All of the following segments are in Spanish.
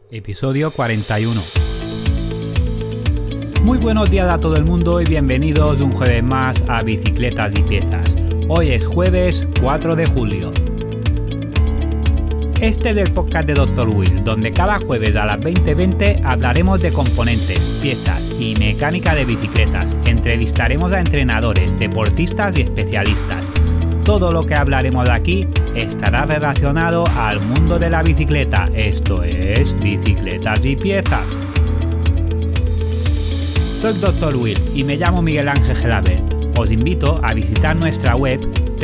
Episodio 41. Muy buenos días a todo el mundo y bienvenidos un jueves más a Bicicletas y Piezas. Hoy es jueves 4 de julio. Este es el podcast de Dr. Will, donde cada jueves a las 20:20 hablaremos de componentes, piezas y mecánica de bicicletas. Entrevistaremos a entrenadores, deportistas y especialistas. Todo lo que hablaremos aquí estará relacionado al mundo de la bicicleta, esto es, Bicicletas y Piezas. Soy Dr. Will y me llamo Miguel Ángel Gelabert. Os invito a visitar nuestra web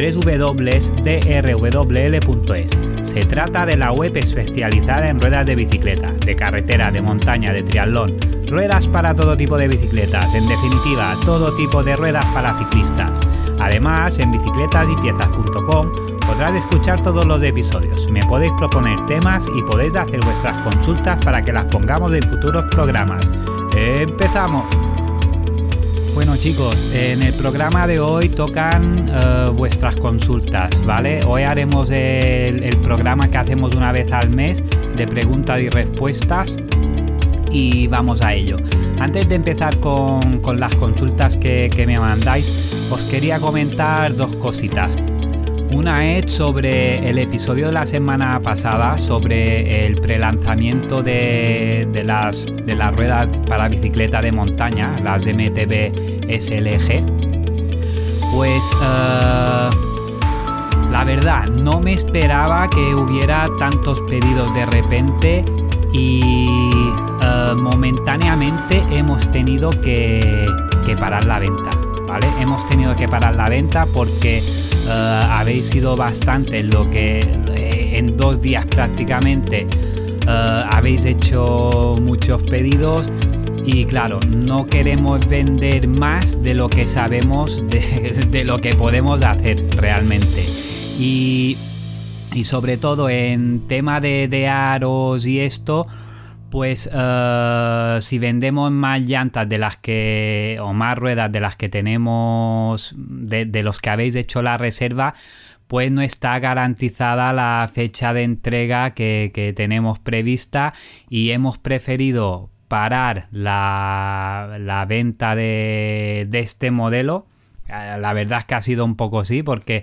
www.drwl.es. Se trata de la web especializada en ruedas de bicicleta, de carretera, de montaña, de triatlón, ruedas para todo tipo de bicicletas, en definitiva, todo tipo de ruedas para ciclistas. Además, en bicicletasypiezas.com podrás escuchar todos los episodios. Me podéis proponer temas y podéis hacer vuestras consultas para que las pongamos en futuros programas. ¡Empezamos! Bueno chicos, en el programa de hoy tocan vuestras consultas, ¿vale? Hoy haremos el programa que hacemos una vez al mes de preguntas y respuestas y vamos a ello. Antes de empezar con las consultas que me mandáis, os quería comentar dos cositas. Una es sobre el episodio de la semana pasada, sobre el prelanzamiento de las ruedas para bicicleta de montaña, las MTB SLG. Pues la verdad, no me esperaba que hubiera tantos pedidos de repente y momentáneamente hemos tenido que parar la venta, ¿vale? Hemos tenido que parar la venta porque habéis sido bastante lo que en 2 días prácticamente habéis hecho muchos pedidos y claro, no queremos vender más de lo que sabemos de lo que podemos hacer realmente y sobre todo en tema de aros y esto, pues si vendemos más llantas de las que o más ruedas de las que tenemos de los que habéis hecho la reserva, pues no está garantizada la fecha de entrega que tenemos prevista y hemos preferido parar la venta de este modelo. La verdad es que ha sido un poco así porque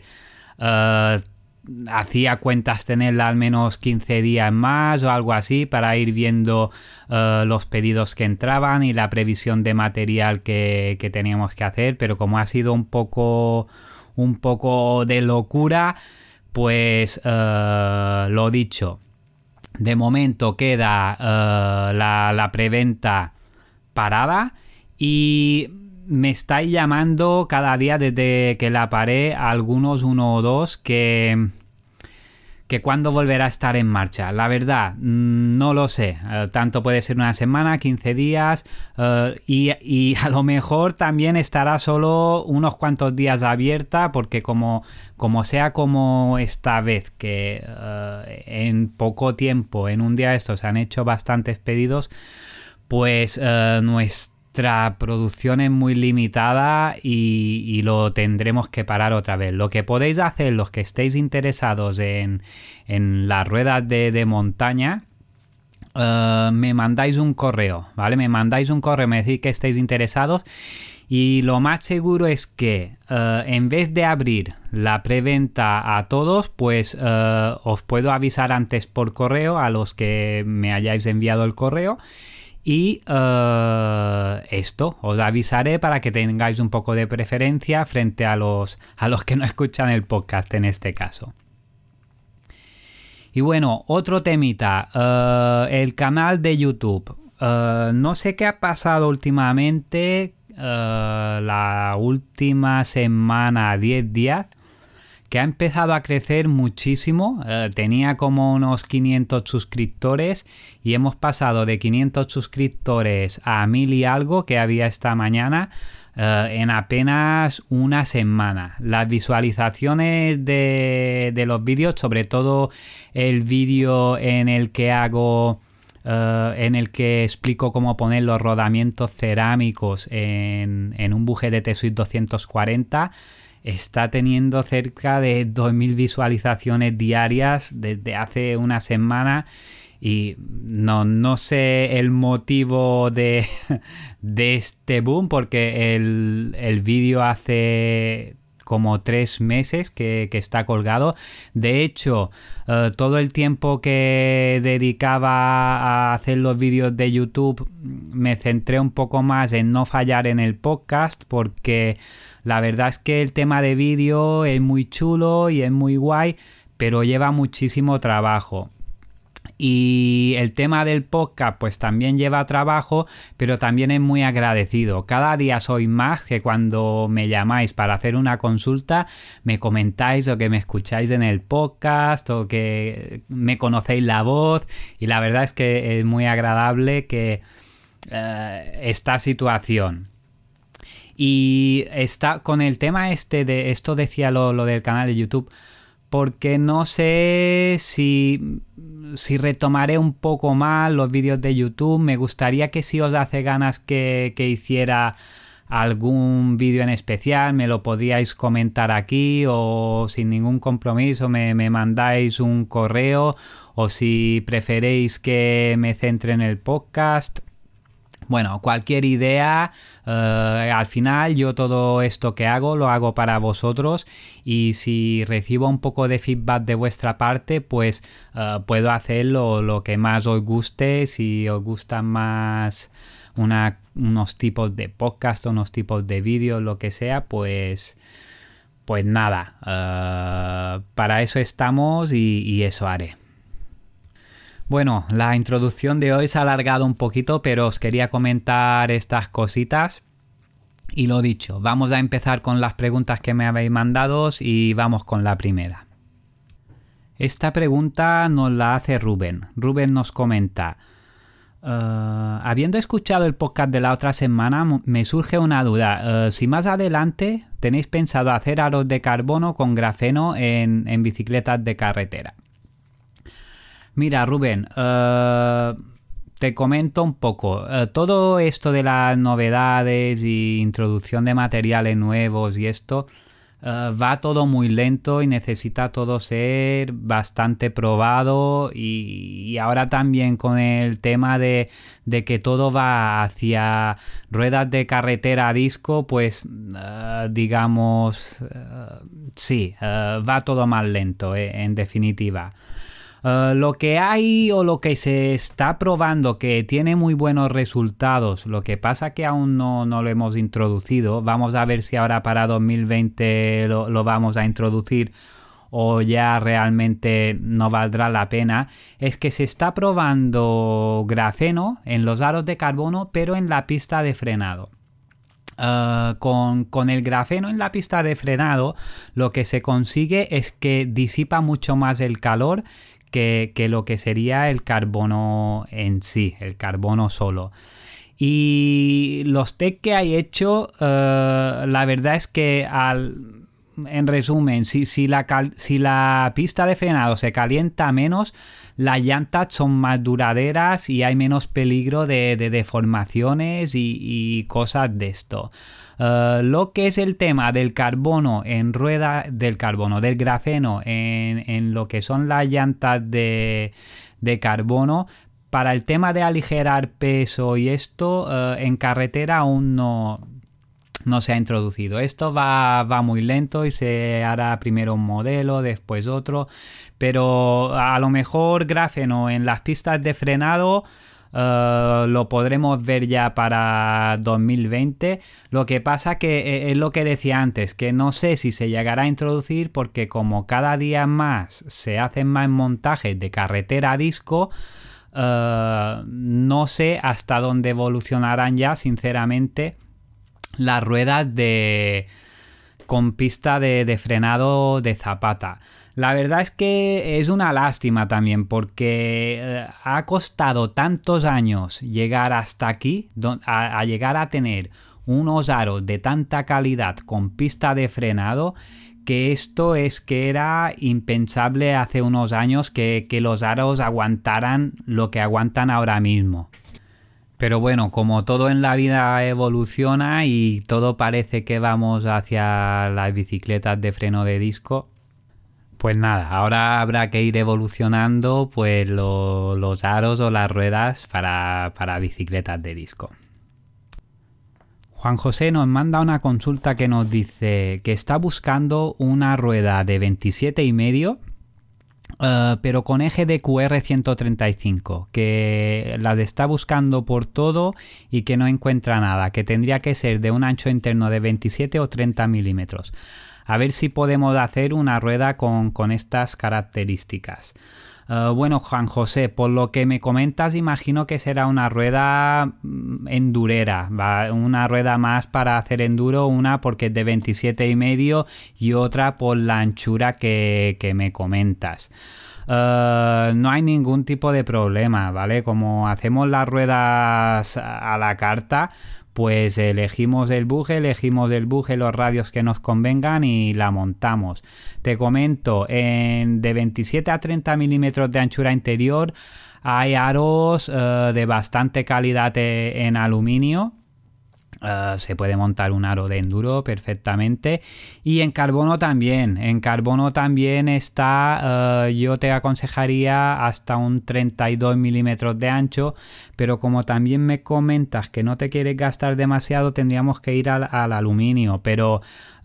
hacía cuentas tenerla al menos 15 días más o algo así para ir viendo los pedidos que entraban y la previsión de material que teníamos que hacer, pero como ha sido un poco de locura, pues lo dicho, de momento queda la preventa parada y me estáis llamando cada día desde que la paré, algunos, uno o dos, que cuándo volverá a estar en marcha. La verdad, no lo sé. Tanto puede ser una semana, 15 días y a lo mejor también estará solo unos cuantos días abierta porque como sea como esta vez que en poco tiempo, en un día de estos, se han hecho bastantes pedidos, pues nuestra producción es muy limitada y lo tendremos que parar otra vez. Lo que podéis hacer, los que estéis interesados en las ruedas de montaña, me mandáis un correo, ¿vale? Me mandáis un correo, me decís que estáis interesados y lo más seguro es que en vez de abrir la preventa a todos, pues os puedo avisar antes por correo a los que me hayáis enviado el correo. Y esto, os avisaré para que tengáis un poco de preferencia frente a los que no escuchan el podcast en este caso. Y bueno, otro temita, el canal de YouTube. No sé qué ha pasado últimamente, la última semana, 10 días, que ha empezado a crecer muchísimo. Tenía como unos 500 suscriptores y hemos pasado de 500 suscriptores a 1000 y algo que había esta mañana en apenas una semana. Las visualizaciones de los vídeos, sobre todo el vídeo en el que explico cómo poner los rodamientos cerámicos en un buje de T-Suite 240, está teniendo cerca de 2000 visualizaciones diarias desde hace una semana Y no sé el motivo de, de este boom, porque el vídeo hace como 3 meses que está colgado. De hecho, todo el tiempo que dedicaba a hacer los vídeos de YouTube me centré un poco más en no fallar en el podcast, porque la verdad es que el tema de vídeo es muy chulo y es muy guay, pero lleva muchísimo trabajo. Y el tema del podcast pues también lleva trabajo, pero también es muy agradecido. Cada día soy más que cuando me llamáis para hacer una consulta, me comentáis o que me escucháis en el podcast o que me conocéis la voz, y la verdad es que es muy agradable que esta situación. Y está con el tema de esto, decía lo del canal de YouTube, porque no sé si retomaré un poco más los vídeos de YouTube. Me gustaría que, si os hace ganas que hiciera algún vídeo en especial, me lo podríais comentar aquí, o sin ningún compromiso me mandáis un correo, o si preferéis que me centre en el podcast. Bueno, cualquier idea, al final yo todo esto que hago lo hago para vosotros, y si recibo un poco de feedback de vuestra parte, pues puedo hacer lo que más os guste. Si os gustan más unos tipos de podcast, unos tipos de vídeos, lo que sea, pues nada, para eso estamos y eso haré. Bueno, la introducción de hoy se ha alargado un poquito, pero os quería comentar estas cositas. Y lo dicho, vamos a empezar con las preguntas que me habéis mandado, y vamos con la primera. Esta pregunta nos la hace Rubén. Rubén nos comenta: habiendo escuchado el podcast de la otra semana, me surge una duda. Si más adelante tenéis pensado hacer aros de carbono con grafeno en bicicletas de carretera. Mira, Rubén, te comento un poco. Todo esto de las novedades y introducción de materiales nuevos y esto va todo muy lento y necesita todo ser bastante probado, y ahora también con el tema de que todo va hacia ruedas de carretera a disco, pues digamos, sí, va todo más lento, en definitiva. Lo que hay, o lo que se está probando, que tiene muy buenos resultados, lo que pasa que aún no lo hemos introducido. Vamos a ver si ahora para 2020 lo vamos a introducir, o ya realmente no valdrá la pena. Es que se está probando grafeno en los aros de carbono, pero en la pista de frenado. Con el grafeno en la pista de frenado, lo que se consigue es que disipa mucho más el calor que lo que sería el carbono en sí, el carbono solo. Y los test que hay hecho, la verdad es que en resumen, si la pista de frenado se calienta menos, las llantas son más duraderas y hay menos peligro de deformaciones y cosas de esto. Lo que es el tema del carbono en rueda, del grafeno en lo que son las llantas de carbono, para el tema de aligerar peso y esto, en carretera aún no se ha introducido. Esto va muy lento y se hará primero un modelo, después otro, pero a lo mejor grafeno en las pistas de frenado lo podremos ver ya para 2020. Lo que pasa que es lo que decía antes, que no sé si se llegará a introducir, porque como cada día más se hacen más montajes de carretera a disco, no sé hasta dónde evolucionarán ya, sinceramente, las ruedas con pista de frenado de zapata. La verdad es que es una lástima también, porque ha costado tantos años llegar hasta aquí, a llegar a tener unos aros de tanta calidad con pista de frenado, que esto es que era impensable hace unos años que los aros aguantaran lo que aguantan ahora mismo. Pero bueno, como todo en la vida evoluciona y todo parece que vamos hacia las bicicletas de freno de disco, Pues nada, ahora habrá que ir evolucionando pues los aros o las ruedas para bicicletas de disco. Juan José nos manda una consulta que nos dice que está buscando una rueda de 27,5 pero con eje de QR 135, que las está buscando por todo y que no encuentra nada, que tendría que ser de un ancho interno de 27 o 30 milímetros. A ver si podemos hacer una rueda con estas características. Bueno, Juan José, por lo que me comentas, imagino que será una rueda endurera, ¿va? Una rueda más para hacer enduro, una porque es de 27,5 y otra por la anchura que me comentas. No hay ningún tipo de problema, ¿vale? Como hacemos las ruedas a la carta, pues elegimos el buje, los radios que nos convengan y la montamos. Te comento, de 27 a 30 milímetros de anchura interior hay aros de bastante calidad en aluminio. Se puede montar un aro de enduro perfectamente, y en carbono también está, yo te aconsejaría hasta un 32 milímetros de ancho, pero como también me comentas que no te quieres gastar demasiado, tendríamos que ir al aluminio, pero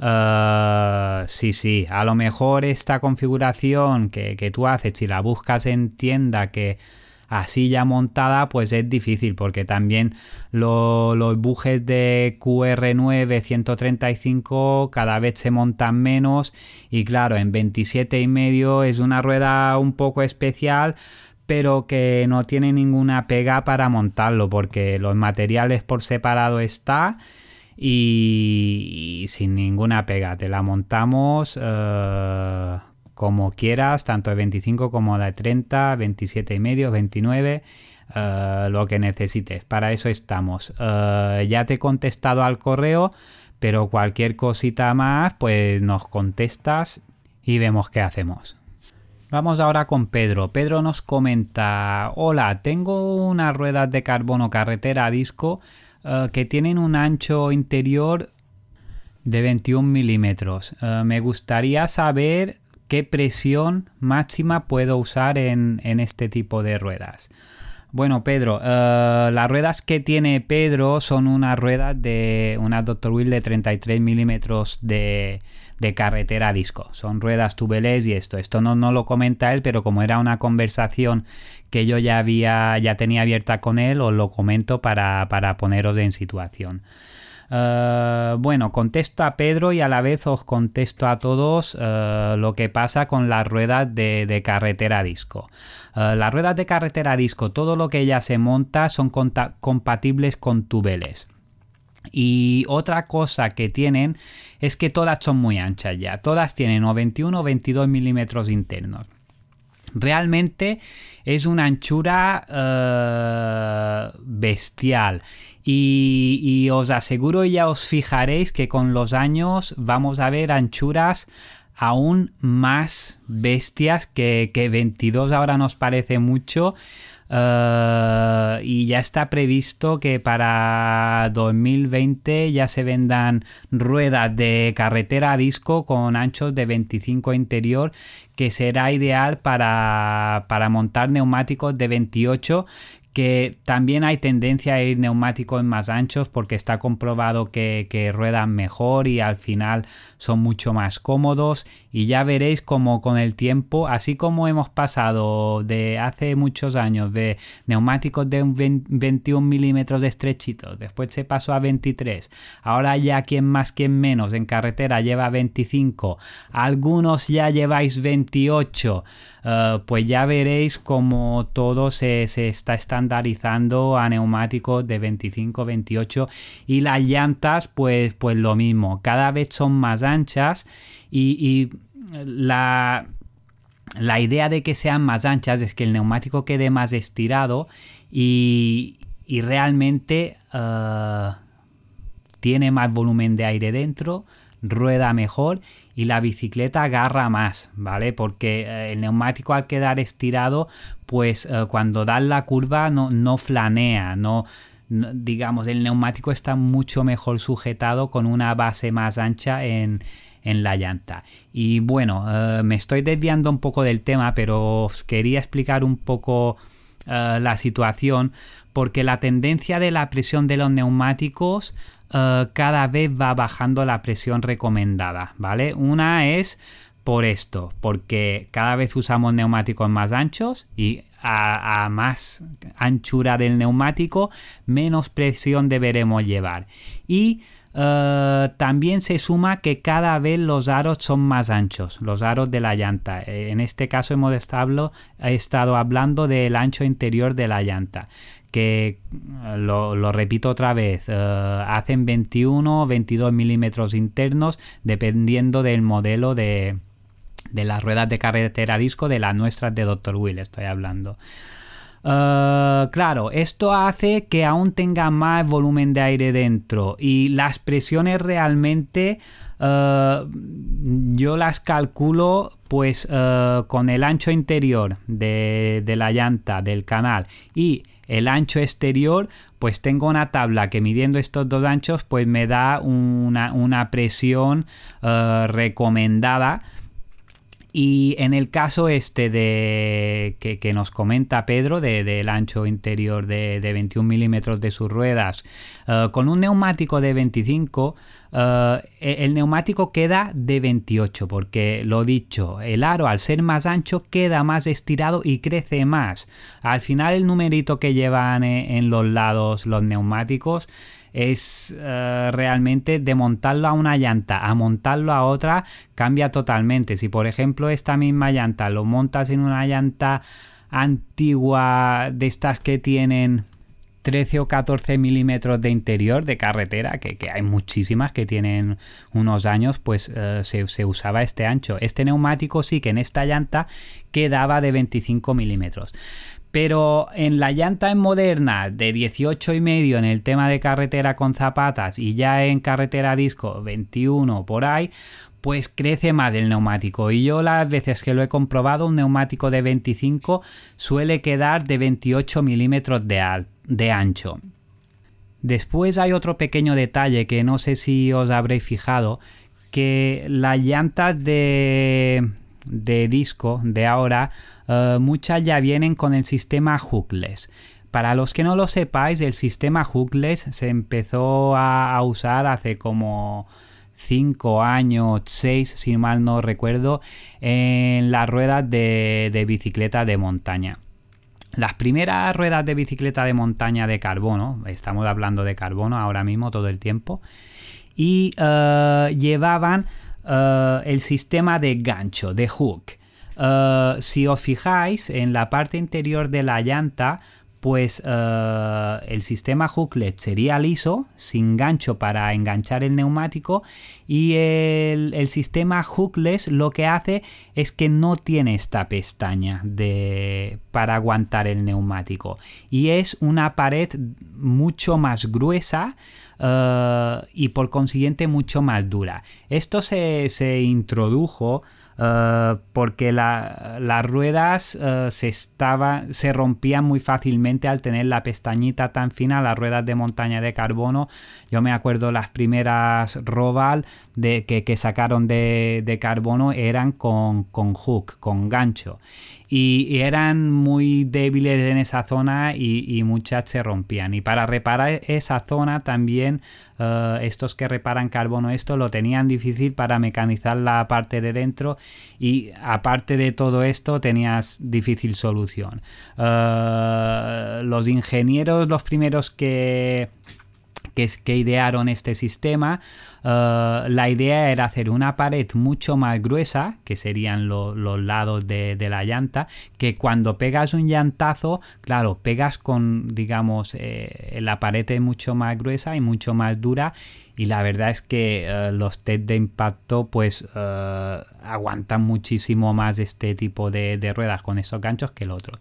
sí, a lo mejor esta configuración que tú haces, si la buscas en tienda que así ya montada, pues es difícil, porque también los bujes de QR9 135 cada vez se montan menos, y claro, en 27,5 es una rueda un poco especial, pero que no tiene ninguna pega para montarlo, porque los materiales por separado está y sin ninguna pega. Te la montamos como quieras, tanto de 25 como de 30, 27,5, 29, lo que necesites. Para eso estamos. Ya te he contestado al correo, pero cualquier cosita más, pues nos contestas y vemos qué hacemos. Vamos ahora con Pedro. Pedro nos comenta: hola, tengo unas ruedas de carbono carretera a disco que tienen un ancho interior de 21 milímetros. Me gustaría saber qué presión máxima puedo usar en este tipo de ruedas. Bueno, Pedro, las ruedas que tiene Pedro son unas ruedas de una Dr. Will de 33 milímetros de carretera a disco. Son ruedas tubeless y esto no lo comenta él, pero como era una conversación que yo ya tenía abierta con él, os lo comento para poneros en situación. Bueno, contesto a Pedro y a la vez os contesto a todos lo que pasa con las ruedas de carretera a disco. Las ruedas de carretera a disco, todo lo que ella se monta son compatibles con tubeles. Y otra cosa que tienen es que todas son muy anchas ya. Todas tienen o 21 o 22 milímetros internos. Realmente es una anchura bestial. Y os aseguro, ya os fijaréis que con los años vamos a ver anchuras aún más bestias que 22 ahora nos parece mucho. Y ya está previsto que para 2020 ya se vendan ruedas de carretera a disco con anchos de 25 interior, que será ideal para montar neumáticos de 28, que también hay tendencia a ir neumáticos más anchos porque está comprobado que ruedan mejor y al final son mucho más cómodos. Y ya veréis como con el tiempo, así como hemos pasado de hace muchos años de neumáticos de 21 milímetros estrechitos, después se pasó a 23, ahora ya quien más quien menos en carretera lleva 25, algunos ya lleváis 28, pues ya veréis como todo se está estandarizando a neumáticos de 25, 28, y las llantas pues lo mismo, cada vez son más anchas. Y la idea de que sean más anchas es que el neumático quede más estirado y realmente tiene más volumen de aire dentro, rueda mejor y la bicicleta agarra más, ¿vale? Porque el neumático, al quedar estirado, pues cuando das la curva no flanea, digamos, el neumático está mucho mejor sujetado con una base más ancha en en la llanta. Y bueno, me estoy desviando un poco del tema, pero os quería explicar un poco la situación, porque la tendencia de la presión de los neumáticos cada vez va bajando la presión recomendada, ¿vale? Una es por esto, porque cada vez usamos neumáticos más anchos y a más anchura del neumático, menos presión deberemos llevar. Y también se suma que cada vez los aros son más anchos, los aros de la llanta. En este caso hemos estado hablando del ancho interior de la llanta, que lo repito otra vez, hacen 21 o 22 milímetros internos dependiendo del modelo de las ruedas de carretera disco, de las nuestras de Dr. Will estoy hablando. Claro, esto hace que aún tenga más volumen de aire dentro, y las presiones realmente yo las calculo pues con el ancho interior de la llanta del canal y el ancho exterior, pues tengo una tabla que midiendo estos dos anchos pues me da una presión recomendada. Y en el caso de que nos comenta Pedro del ancho interior de 21 milímetros de sus ruedas, con un neumático de 25, el neumático queda de 28, porque lo dicho, el aro al ser más ancho queda más estirado y crece más. Al final el numerito que llevan en los lados los neumáticos es realmente de montarlo a una llanta a montarlo a otra cambia totalmente. Si por ejemplo esta misma llanta lo montas en una llanta antigua de estas que tienen 13 o 14 milímetros de interior de carretera, que hay muchísimas que tienen unos años, pues se usaba este ancho. Este neumático sí que en esta llanta quedaba de 25 milímetros. Pero en la llanta moderna de 18,5 en el tema de carretera con zapatas y ya en carretera disco 21 por ahí, pues crece más el neumático. Y yo las veces que lo he comprobado, un neumático de 25 suele quedar de 28 milímetros de ancho. Después hay otro pequeño detalle que no sé si os habréis fijado, que las llantas de disco de ahora, muchas ya vienen con el sistema hookless. Para los que no lo sepáis, el sistema hookless se empezó a usar hace como 5 años, 6 si mal no recuerdo, en las ruedas de bicicleta de montaña. Las primeras ruedas de bicicleta de montaña de carbono, estamos hablando de carbono ahora mismo todo el tiempo, y llevaban el sistema de gancho, de hook. Si os fijáis en la parte interior de la llanta, pues el sistema hookless sería liso, sin gancho para enganchar el neumático, y el sistema hookless lo que hace es que no tiene esta pestaña para aguantar el neumático, y es una pared mucho más gruesa y por consiguiente mucho más dura. Esto se introdujo porque las ruedas se rompían muy fácilmente al tener la pestañita tan fina. Las ruedas de montaña de carbono, yo me acuerdo las primeras Roval que sacaron de carbono eran con hook, con gancho, y eran muy débiles en esa zona y muchas se rompían. Y para reparar esa zona también estos que reparan carbono esto lo tenían difícil para mecanizar la parte de dentro, y aparte de todo esto tenías difícil solución. Los ingenieros, los primeros que idearon este sistema, la idea era hacer una pared mucho más gruesa, que serían los lados de la llanta, que cuando pegas un llantazo, claro, pegas con, digamos, la pared es mucho más gruesa y mucho más dura, y la verdad es que los test de impacto pues aguantan muchísimo más este tipo de ruedas con esos ganchos que el otro.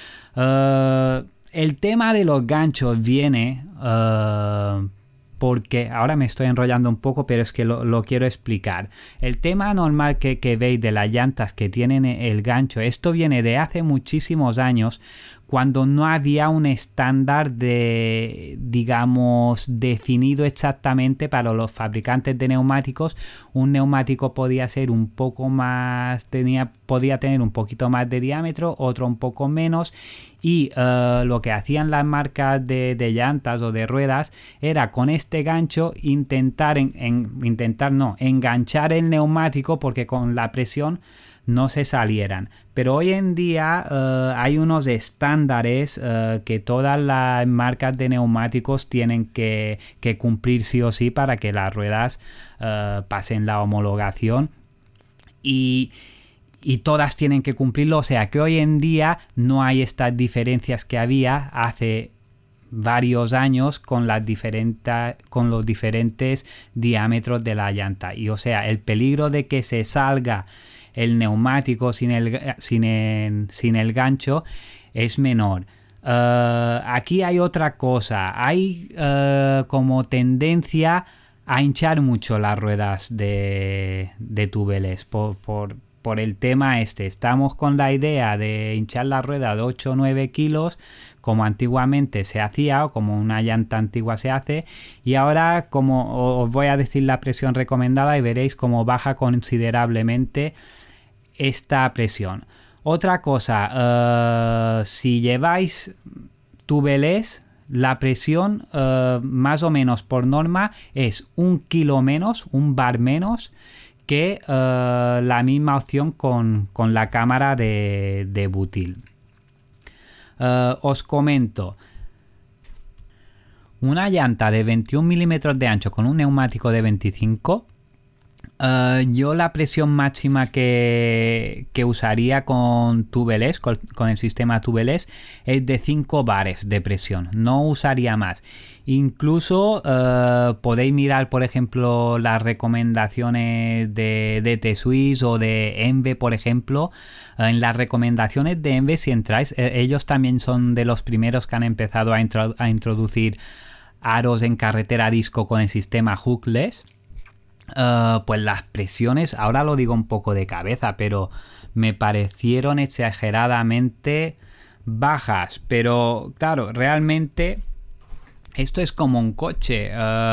El tema de los ganchos viene porque ahora me estoy enrollando un poco, pero es que lo quiero explicar. El tema normal que veis de las llantas que tienen el gancho, esto viene de hace muchísimos años, cuando no había un estándar digamos, definido exactamente para los fabricantes de neumáticos. Un neumático podía ser un poco más, podía tener un poquito más de diámetro, otro un poco menos, y lo que hacían las marcas de llantas o de ruedas era con este gancho intentar enganchar el neumático porque con la presión no se salieran. Pero hoy en día hay unos estándares que todas las marcas de neumáticos tienen que cumplir sí o sí para que las ruedas pasen la homologación, y todas tienen que cumplirlo. O sea que hoy en día no hay estas diferencias que había hace varios años con los diferentes diámetros de la llanta. Y o sea, el peligro de que se salga el neumático sin el gancho es menor. Aquí hay otra cosa. Hay como tendencia a hinchar mucho las ruedas de tubeless por el tema este. Estamos con la idea de hinchar la rueda de 8 o 9 kilos como antiguamente se hacía, o como una llanta antigua se hace, y ahora como os voy a decir la presión recomendada y veréis cómo baja considerablemente esta presión. Otra cosa, si lleváis tubeless, la presión más o menos por norma es 1 kilo menos, 1 bar menos que la misma opción con la cámara de butil. Os comento, una llanta de 21 milímetros de ancho con un neumático de 25, yo la presión máxima que usaría con tubeless, con el sistema tubeless, es de 5 bares de presión, no usaría más. Incluso podéis mirar, por ejemplo, las recomendaciones de T-Swiss o de ENVE, por ejemplo. En las recomendaciones de ENVE, si entráis, ellos también son de los primeros que han empezado a introducir aros en carretera disco con el sistema hookless. Pues las presiones, ahora lo digo un poco de cabeza, pero me parecieron exageradamente bajas. Pero claro, realmente esto es como un coche.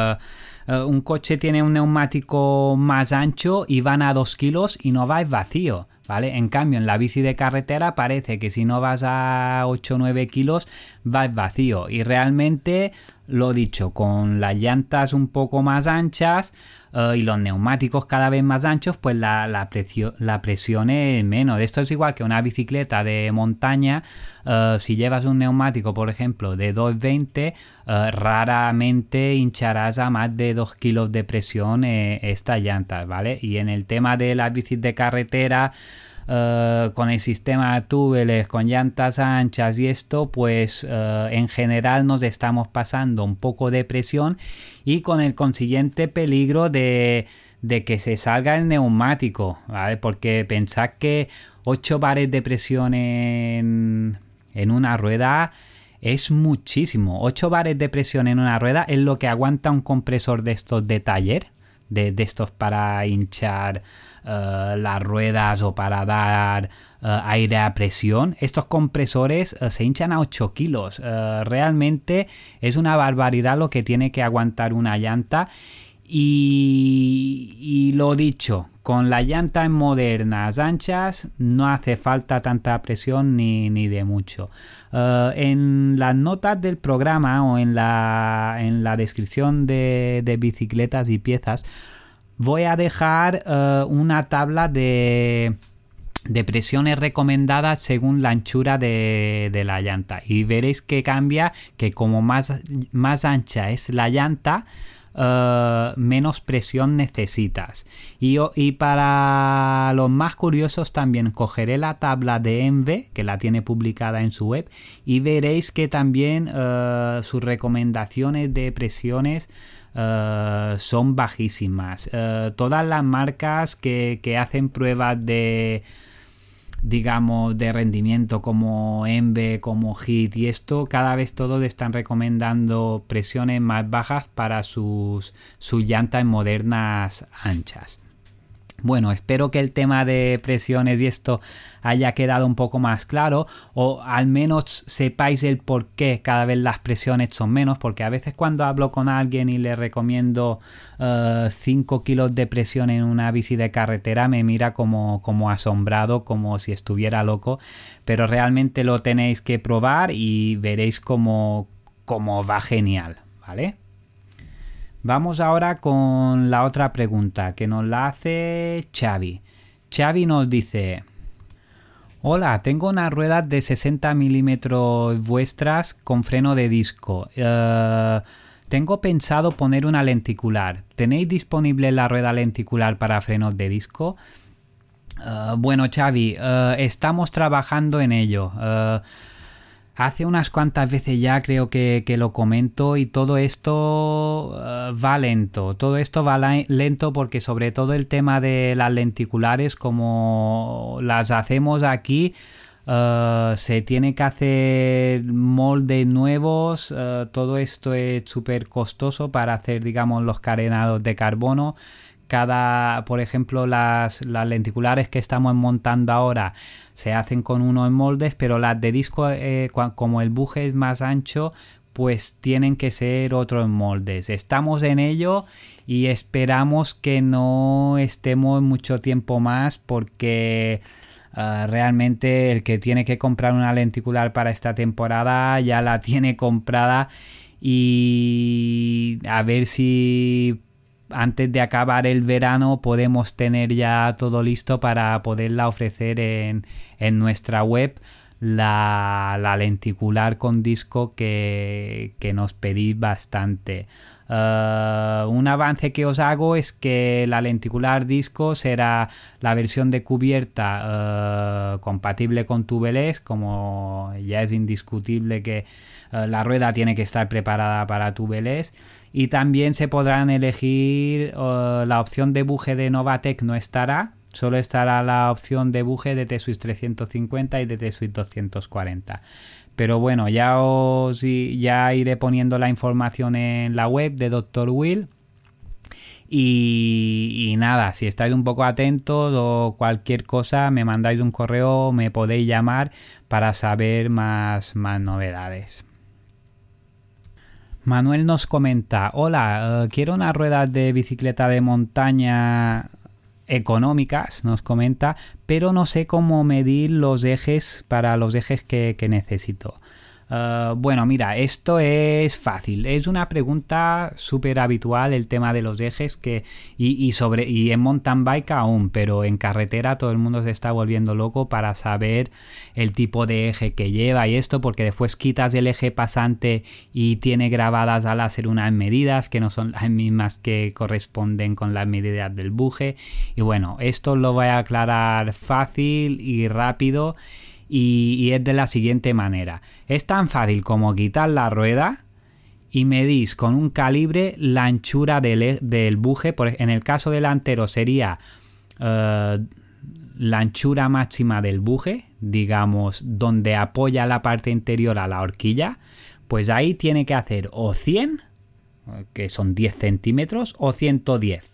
Un coche tiene un neumático más ancho y van a 2 kilos y no vais vacío, ¿vale? En cambio, en la bici de carretera parece que si no vas a 8 o 9 kilos vas vacío. Y realmente, lo dicho, con las llantas un poco más anchas y los neumáticos cada vez más anchos, pues la presión es menos. Esto es igual que una bicicleta de montaña. Si llevas un neumático, por ejemplo, de 220, raramente hincharás a más de 2 kilos de presión estas llantas, ¿vale? Y en el tema de las bicis de carretera, con el sistema tubeless, con llantas anchas y esto, pues en general nos estamos pasando un poco de presión y con el consiguiente peligro de que se salga el neumático, ¿vale? Porque pensad que 8 bares de presión en una rueda es muchísimo. 8 bares de presión en una rueda es lo que aguanta un compresor de estos de taller, de estos para hinchar las ruedas o para dar aire a presión. Estos compresores se hinchan a 8 kilos. Realmente es una barbaridad lo que tiene que aguantar una llanta. Y lo dicho, con las llantas modernas anchas no hace falta tanta presión ni de mucho. En las notas del programa o en la descripción de bicicletas y piezas voy a dejar una tabla de presiones recomendadas según la anchura de la llanta, y veréis que cambia, que como más ancha es la llanta, menos presión necesitas. Y para los más curiosos también cogeré la tabla de ENVE, que la tiene publicada en su web, y veréis que también sus recomendaciones de presiones son bajísimas. Todas las marcas que hacen pruebas de rendimiento, como ENVE, como HIT y esto, cada vez todos están recomendando presiones más bajas para sus llantas modernas anchas. Bueno, espero que el tema de presiones y esto haya quedado un poco más claro, o al menos sepáis el por qué cada vez las presiones son menos, porque a veces cuando hablo con alguien y le recomiendo 5 kilos de presión en una bici de carretera me mira como asombrado, como si estuviera loco, pero realmente lo tenéis que probar y veréis cómo va genial, ¿vale? Vamos ahora con la otra pregunta que nos la hace Xavi. Xavi nos dice: hola, tengo unas ruedas de 60 milímetros vuestras con freno de disco. Tengo pensado poner una lenticular. ¿Tenéis disponible la rueda lenticular para frenos de disco? Bueno, Xavi, estamos trabajando en ello. Hace unas cuantas veces ya creo que lo comento y todo esto va lento. Todo esto va lento porque sobre todo el tema de las lenticulares, como las hacemos aquí, se tiene que hacer moldes nuevos. Todo esto es súper costoso para hacer, digamos, los carenados de carbono. Por ejemplo, las lenticulares que estamos montando ahora se hacen con unos moldes, pero las de disco, como el buje es más ancho, pues tienen que ser otros moldes. Estamos en ello y esperamos que no estemos mucho tiempo más, porque realmente el que tiene que comprar una lenticular para esta temporada ya la tiene comprada, y a ver si antes de acabar el verano podemos tener ya todo listo para poderla ofrecer en nuestra web, la lenticular con disco que nos pedís bastante. Un avance que os hago es que la lenticular disco será la versión de cubierta compatible con Tubeless, como ya es indiscutible que la rueda tiene que estar preparada para Tubeless. Y también se podrán elegir la opción de buje de Novatec, no estará, solo estará la opción de buje de T-Swiss 350 y de T-Swiss 240. Pero bueno, ya iré poniendo la información en la web de Dr. Will. Y nada, si estáis un poco atentos o cualquier cosa, me mandáis un correo, me podéis llamar para saber más novedades. Manuel nos comenta: hola, quiero unas ruedas de bicicleta de montaña económicas, nos comenta, pero no sé cómo medir los ejes para los ejes que necesito. Bueno, mira, esto es fácil. Es una pregunta súper habitual el tema de los ejes, y en mountain bike aún, pero en carretera todo el mundo se está volviendo loco para saber el tipo de eje que lleva y esto, porque después quitas el eje pasante y tiene grabadas a láser unas medidas que no son las mismas que corresponden con las medidas del buje. Y bueno, esto lo voy a aclarar fácil y rápido. Y es de la siguiente manera: es tan fácil como quitar la rueda y medís con un calibre la anchura del buje. En el caso delantero sería la anchura máxima del buje, digamos, donde apoya la parte interior a la horquilla. Pues ahí tiene que hacer o 100, que son 10 centímetros, o 110.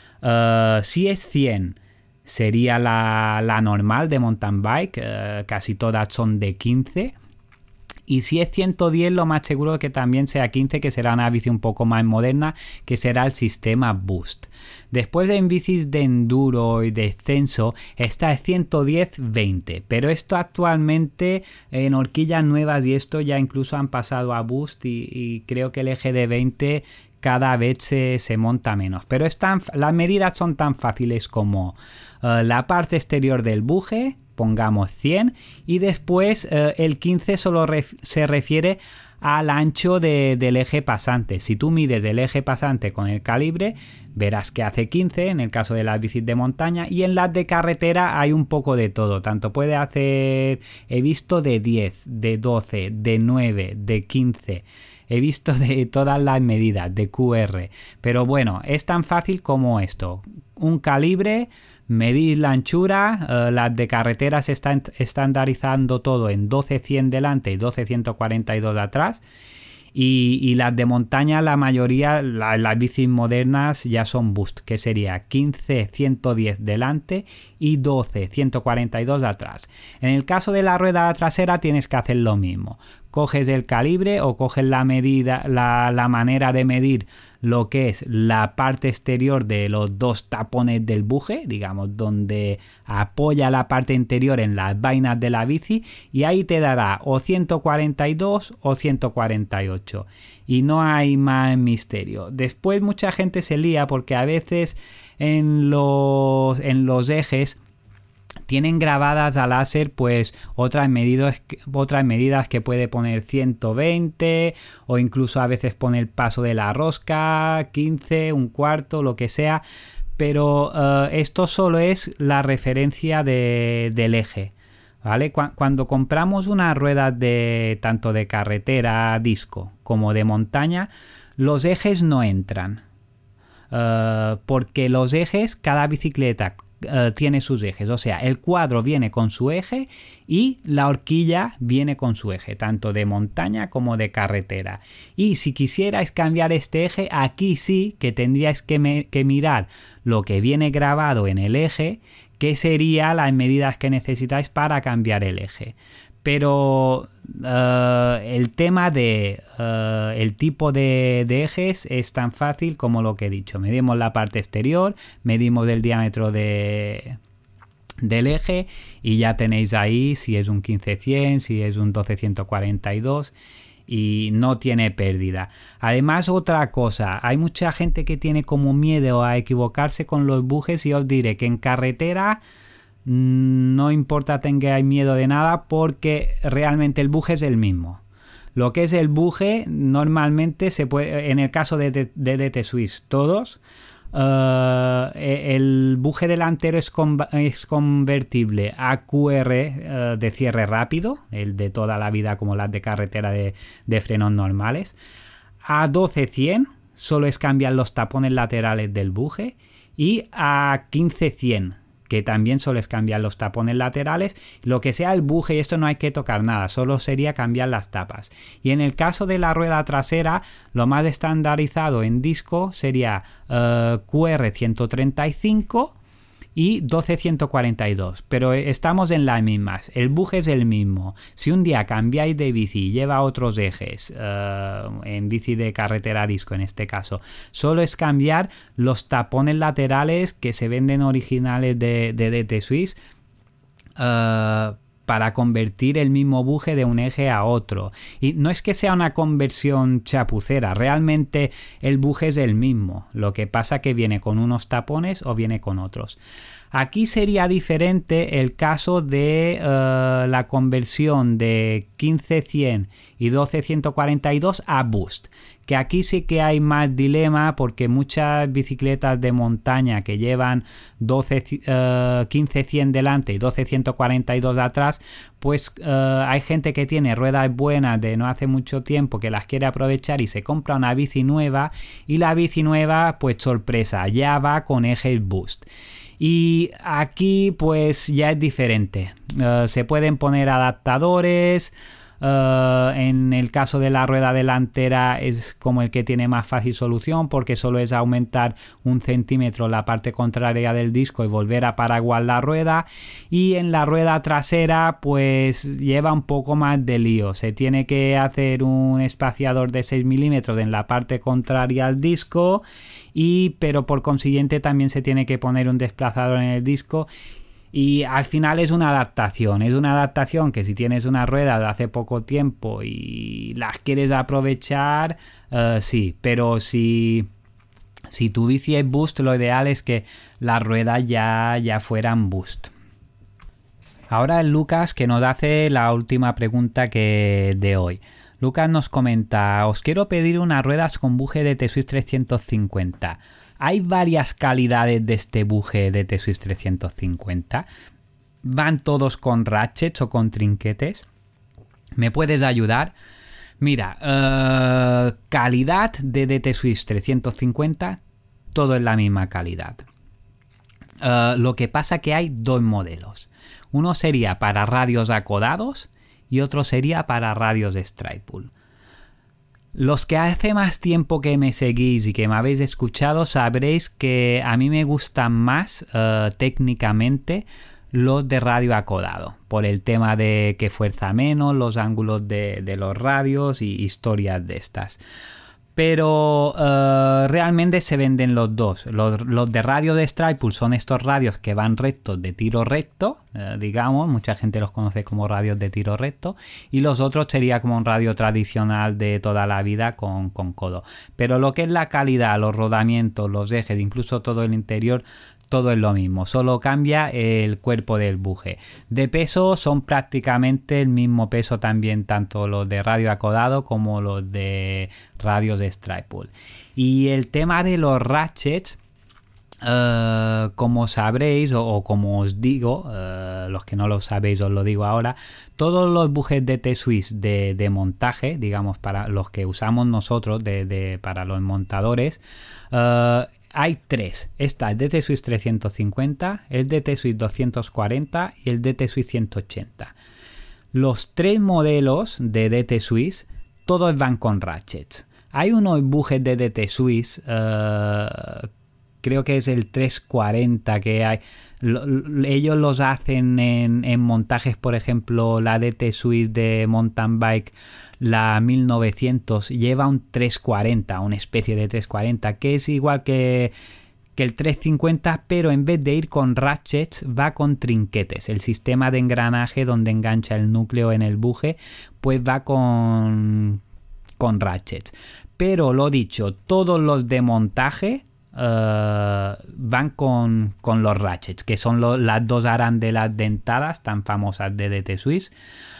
Si es 100, sería la normal de mountain bike, casi todas son de 15. Y si es 110, lo más seguro es que también sea 15, que será una bici un poco más moderna, que será el sistema Boost. Después en bicis de enduro y descenso está el 110-20, pero esto actualmente en horquillas nuevas y esto ya incluso han pasado a Boost, y creo que el eje de 20 cada vez se monta menos. Pero las medidas son tan fáciles como la parte exterior del buje, pongamos 100, y después el 15 solo se refiere al ancho del eje pasante. Si tú mides el eje pasante con el calibre, verás que hace 15 en el caso de las bicis de montaña, y en las de carretera hay un poco de todo. Tanto puede hacer, he visto de 10, de 12, de 9, de 15... He visto de todas las medidas de QR, pero bueno, es tan fácil como esto: un calibre, medís la anchura. Las de carretera se están estandarizando todo en 12-100 delante y 12-142 atrás, Y las de montaña, la mayoría, las bicis modernas ya son Boost, que sería 15-110 delante y 12-142 atrás. En el caso de la rueda trasera tienes que hacer lo mismo. Coges el calibre o coges la medida, la manera de medir lo que es la parte exterior de los dos tapones del buje, digamos, donde apoya la parte interior en las vainas de la bici, y ahí te dará o 142 o 148 y no hay más misterio. Después mucha gente se lía porque a veces en los ejes tienen grabadas a láser pues otras medidas que puede poner 120 o incluso a veces pone el paso de la rosca, 15, un cuarto, lo que sea, pero esto solo es la referencia del eje, ¿vale? Cuando compramos una rueda de tanto de carretera, disco, como de montaña, los ejes no entran, porque los ejes, cada bicicleta tiene sus ejes, o sea, el cuadro viene con su eje y la horquilla viene con su eje, tanto de montaña como de carretera. Y si quisierais cambiar este eje, aquí sí que tendríais que mirar lo que viene grabado en el eje, que serían las medidas que necesitáis para cambiar el eje. Pero el tema de el tipo de ejes es tan fácil como lo que he dicho. Medimos la parte exterior, medimos el diámetro del eje y ya tenéis ahí si es un 15-100, si es un 12-142 y no tiene pérdida. Además, otra cosa, hay mucha gente que tiene como miedo a equivocarse con los bujes y os diré que en carretera no importa tengáis miedo de nada porque realmente el buje es el mismo. Lo que es el buje normalmente se puede, en el caso de DT Swiss todos, el buje delantero es convertible a QR de cierre rápido, el de toda la vida como las de carretera de frenos normales. A 12-100 solo es cambiar los tapones laterales del buje y a 15-100 que también solo es cambiar los tapones laterales, lo que sea el buje, y esto no hay que tocar nada, solo sería cambiar las tapas. Y en el caso de la rueda trasera, lo más estandarizado en disco sería QR 135 y 12-142, pero estamos en las mismas, el buje es el mismo. Si un día cambiáis de bici y lleva otros ejes, en bici de carretera disco en este caso, solo es cambiar los tapones laterales que se venden originales de DT Swiss, para convertir el mismo buje de un eje a otro. Y no es que sea una conversión chapucera, realmente el buje es el mismo, lo que pasa que viene con unos tapones o viene con otros. Aquí sería diferente el caso de la conversión de 15-100 y 12-142 a Boost, que aquí sí que hay más dilema porque muchas bicicletas de montaña que llevan 15-100 delante y 12-142 atrás, pues hay gente que tiene ruedas buenas de no hace mucho tiempo que las quiere aprovechar y se compra una bici nueva, y la bici nueva, pues sorpresa, ya va con ejes Boost. Y aquí pues ya es diferente, se pueden poner adaptadores. En el caso de la rueda delantera es como el que tiene más fácil solución porque solo es aumentar 1 centímetro la parte contraria del disco y volver a paraguas la rueda, y en la rueda trasera pues lleva un poco más de lío, se tiene que hacer un espaciador de 6 milímetros en la parte contraria al disco, pero por consiguiente también se tiene que poner un desplazador en el disco. Y al final es una adaptación que si tienes una rueda de hace poco tiempo y las quieres aprovechar, sí, pero si tu bici es Boost, lo ideal es que las ruedas ya fueran Boost. Ahora Lucas, que nos hace la última pregunta de hoy. Lucas nos comenta: os quiero pedir unas ruedas con buje de DT Swiss 350. Hay varias calidades de este buje de DT Swiss 350. ¿Van todos con ratchets o con trinquetes? ¿Me puedes ayudar? Mira, calidad de DT Swiss 350, todo es la misma calidad. Lo que pasa que hay dos modelos. Uno sería para radios acodados y otro sería para radios stripe pull. Los que hace más tiempo que me seguís y que me habéis escuchado sabréis que a mí me gustan más técnicamente los de radio acodado, por el tema de que fuerza menos, los ángulos de los radios y historias de estas. Pero realmente se venden los dos. Los de radio de Stripe son estos radios que van rectos de tiro recto, digamos, mucha gente los conoce como radios de tiro recto, y los otros sería como un radio tradicional de toda la vida con codo. Pero lo que es la calidad, los rodamientos, los ejes, incluso todo el interior, todo es lo mismo, solo cambia el cuerpo del buje. De peso son prácticamente el mismo peso también, tanto los de radio acodado como los de radios de Stripe. Y el tema de los ratchets, como sabréis o como os digo, los que no lo sabéis os lo digo ahora, todos los bujes de T-Swiss de montaje, digamos para los que usamos nosotros para los montadores, hay tres. Está el DT-Swiss 350, el DT-Swiss 240 y el DT-Swiss 180. Los tres modelos de DT-Swiss todos van con ratchets. Hay unos bujes de DT-Swiss, creo que es el 340 que hay. Ellos los hacen en montajes, por ejemplo, la DT-Swiss de mountain bike, la 1900, lleva un 340, una especie de 340, que es igual que el 350, pero en vez de ir con ratchets, va con trinquetes. El sistema de engranaje donde engancha el núcleo en el buje, pues va con ratchets. Pero lo dicho, todos los de montaje van con los ratchets, que son las dos arandelas dentadas tan famosas de DT-Swiss,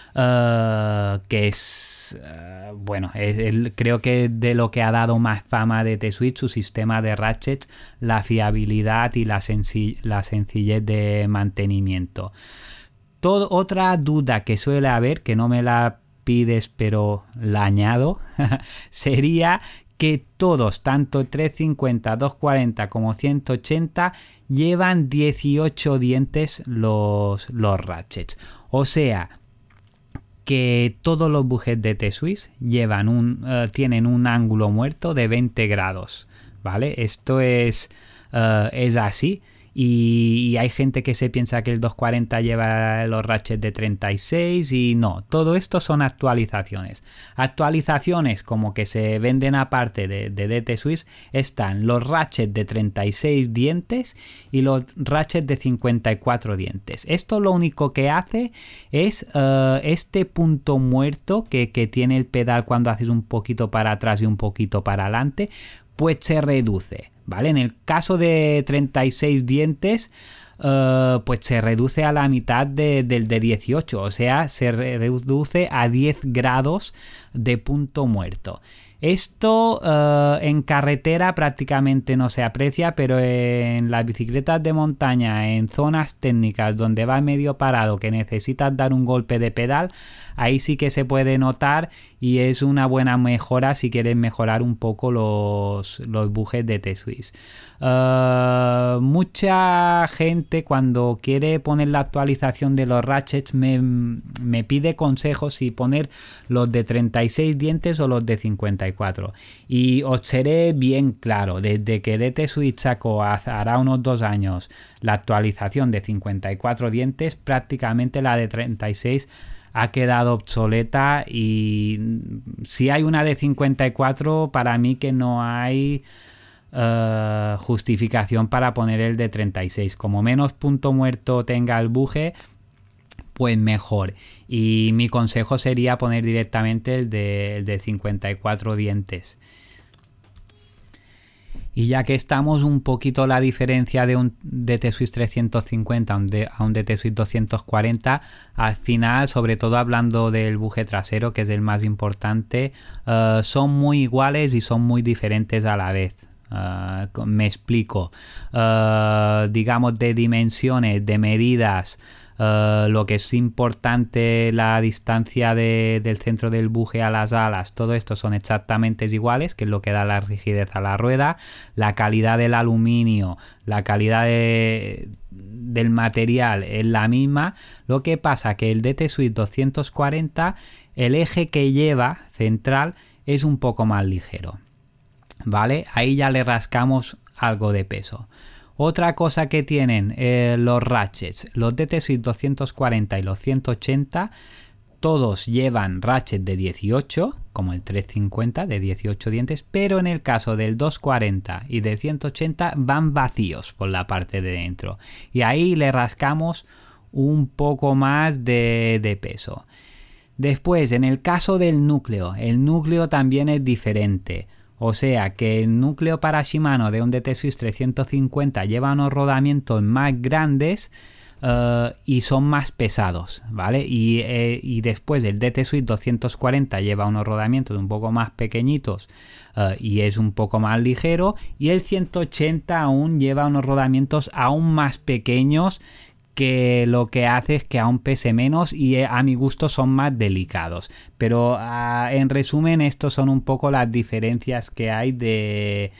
que es bueno, creo que de lo que ha dado más fama a DT-Swiss, su sistema de ratchets, la fiabilidad y la sencillez de mantenimiento. Otra duda que suele haber, que no me la pides pero la añado, sería que todos, tanto 350, 240 como 180, llevan 18 dientes los ratchets. O sea, que todos los bujes de T-Swiss tienen un ángulo muerto de 20 grados, ¿vale? Esto es así. Y hay gente que se piensa que el 240 lleva los ratchets de 36 y no, todo esto son actualizaciones. Actualizaciones como que se venden aparte de DT-Swiss están los ratchets de 36 dientes y los ratchets de 54 dientes. Esto lo único que hace es este punto muerto que tiene el pedal cuando haces un poquito para atrás y un poquito para adelante, pues se reduce, ¿vale? En el caso de 36 dientes, pues se reduce a la mitad del de 18, o sea, se reduce a 10 grados de punto muerto. Esto en carretera prácticamente no se aprecia, pero en las bicicletas de montaña, en zonas técnicas donde va medio parado, que necesitas dar un golpe de pedal, ahí sí que se puede notar y es una buena mejora si quieres mejorar un poco los bujes de T-Swiss. Mucha gente cuando quiere poner la actualización de los ratchets me pide consejos si poner los de 36 dientes o los de 54, y os seré bien claro, desde que DT-Swiss sacó hará unos 2 años la actualización de 54 dientes, prácticamente la de 36 ha quedado obsoleta, y si hay una de 54, para mí que no hay justificación para poner el de 36. Como menos punto muerto tenga el buje, pues mejor. Y mi consejo sería poner directamente el de 54 dientes. Y ya que estamos un poquito la diferencia de un DT-Swiss 350 a un DT-Swiss 240, al final, sobre todo hablando del buje trasero, que es el más importante, son muy iguales y son muy diferentes a la vez. Me explico. Digamos, de dimensiones, de medidas, lo que es importante, la distancia del centro del buje a las alas, todo esto son exactamente iguales, que es lo que da la rigidez a la rueda. La calidad del aluminio, la calidad del material es la misma. Lo que pasa que el DT-Swiss 240, el eje que lleva central es un poco más ligero, ¿vale? Ahí ya le rascamos algo de peso. Otra cosa que tienen los ratchets, los DT Suite 240 y los 180, todos llevan ratchet de 18, como el 350 de 18 dientes, pero en el caso del 240 y del 180 van vacíos por la parte de dentro. Y ahí le rascamos un poco más de peso. Después, en el caso del núcleo, el núcleo también es diferente. O sea que el núcleo para Shimano de un DT Swiss 350 lleva unos rodamientos más grandes y son más pesados, ¿vale? Y después el DT Swiss 240 lleva unos rodamientos un poco más pequeñitos y es un poco más ligero. Y el 180 aún lleva unos rodamientos aún más pequeños, que lo que hace es que aún pese menos y a mi gusto son más delicados. Pero en resumen, estos son un poco las diferencias que hay de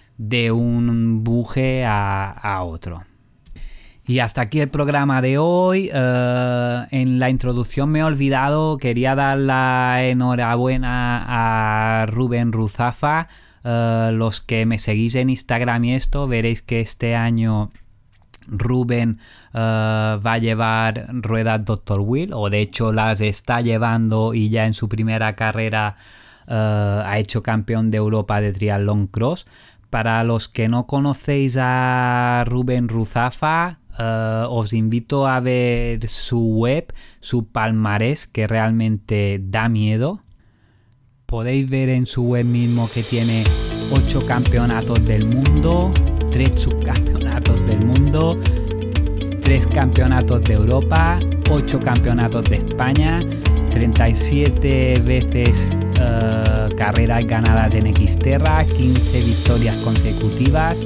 un buje a otro. Y hasta aquí el programa de hoy. En la introducción me he olvidado, quería dar la enhorabuena a Rubén Ruzafa. Los que me seguís en Instagram y esto, veréis que este año Rubén va a llevar ruedas Dr. Will, o de hecho las está llevando, y ya en su primera carrera ha hecho campeón de Europa de triatlón cross. Para los que no conocéis a Rubén Ruzafa, os invito a ver su web, su palmarés, que realmente da miedo. Podéis ver en su web mismo que tiene 8 campeonatos del mundo, 3 subcampeonatos del mundo, 3 campeonatos de Europa, 8 campeonatos de España, 37 veces carreras ganadas en Xterra, 15 victorias consecutivas.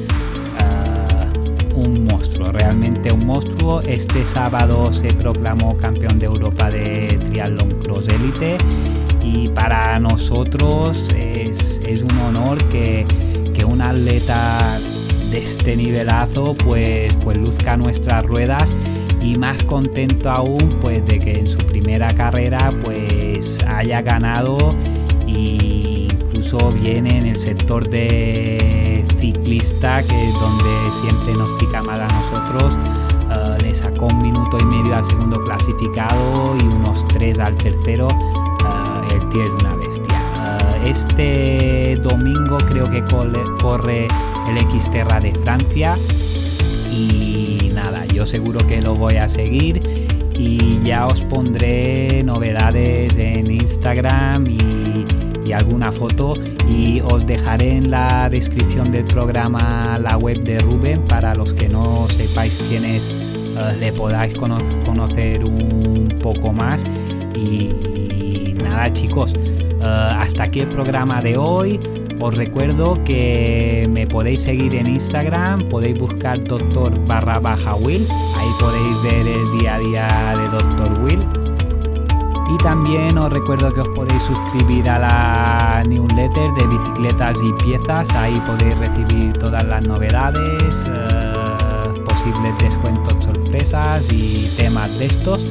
Un monstruo, realmente un monstruo. Este sábado se proclamó campeón de Europa de triatlón cross elite, y para nosotros es un honor que un atleta de este nivelazo pues luzca nuestras ruedas, y más contento aún pues de que en su primera carrera pues haya ganado, y incluso viene en el sector de ciclista, que es donde siempre nos pica mal a nosotros. Le sacó 1 minuto y medio al segundo clasificado y unos 3 al tercero. El tío es una bestia. Este domingo creo que corre el Xterra de Francia, y nada, yo seguro que lo voy a seguir, y ya os pondré novedades en Instagram y alguna foto, y os dejaré en la descripción del programa la web de Rubén para los que no sepáis quién es, le podáis conocer un poco más. Y nada, chicos, hasta aquí el programa de hoy. Os recuerdo que me podéis seguir en Instagram, podéis buscar Dr._Will, ahí podéis ver el día a día de Dr. Will. Y también os recuerdo que os podéis suscribir a la newsletter de bicicletas y piezas, ahí podéis recibir todas las novedades, posibles descuentos, sorpresas y temas de estos.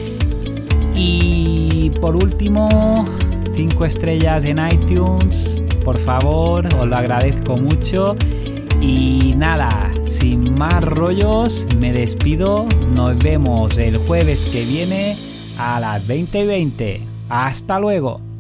Y por último, 5 estrellas en iTunes, por favor, os lo agradezco mucho. Y nada, sin más rollos, me despido. Nos vemos el jueves que viene a las 20:20. ¡Hasta luego!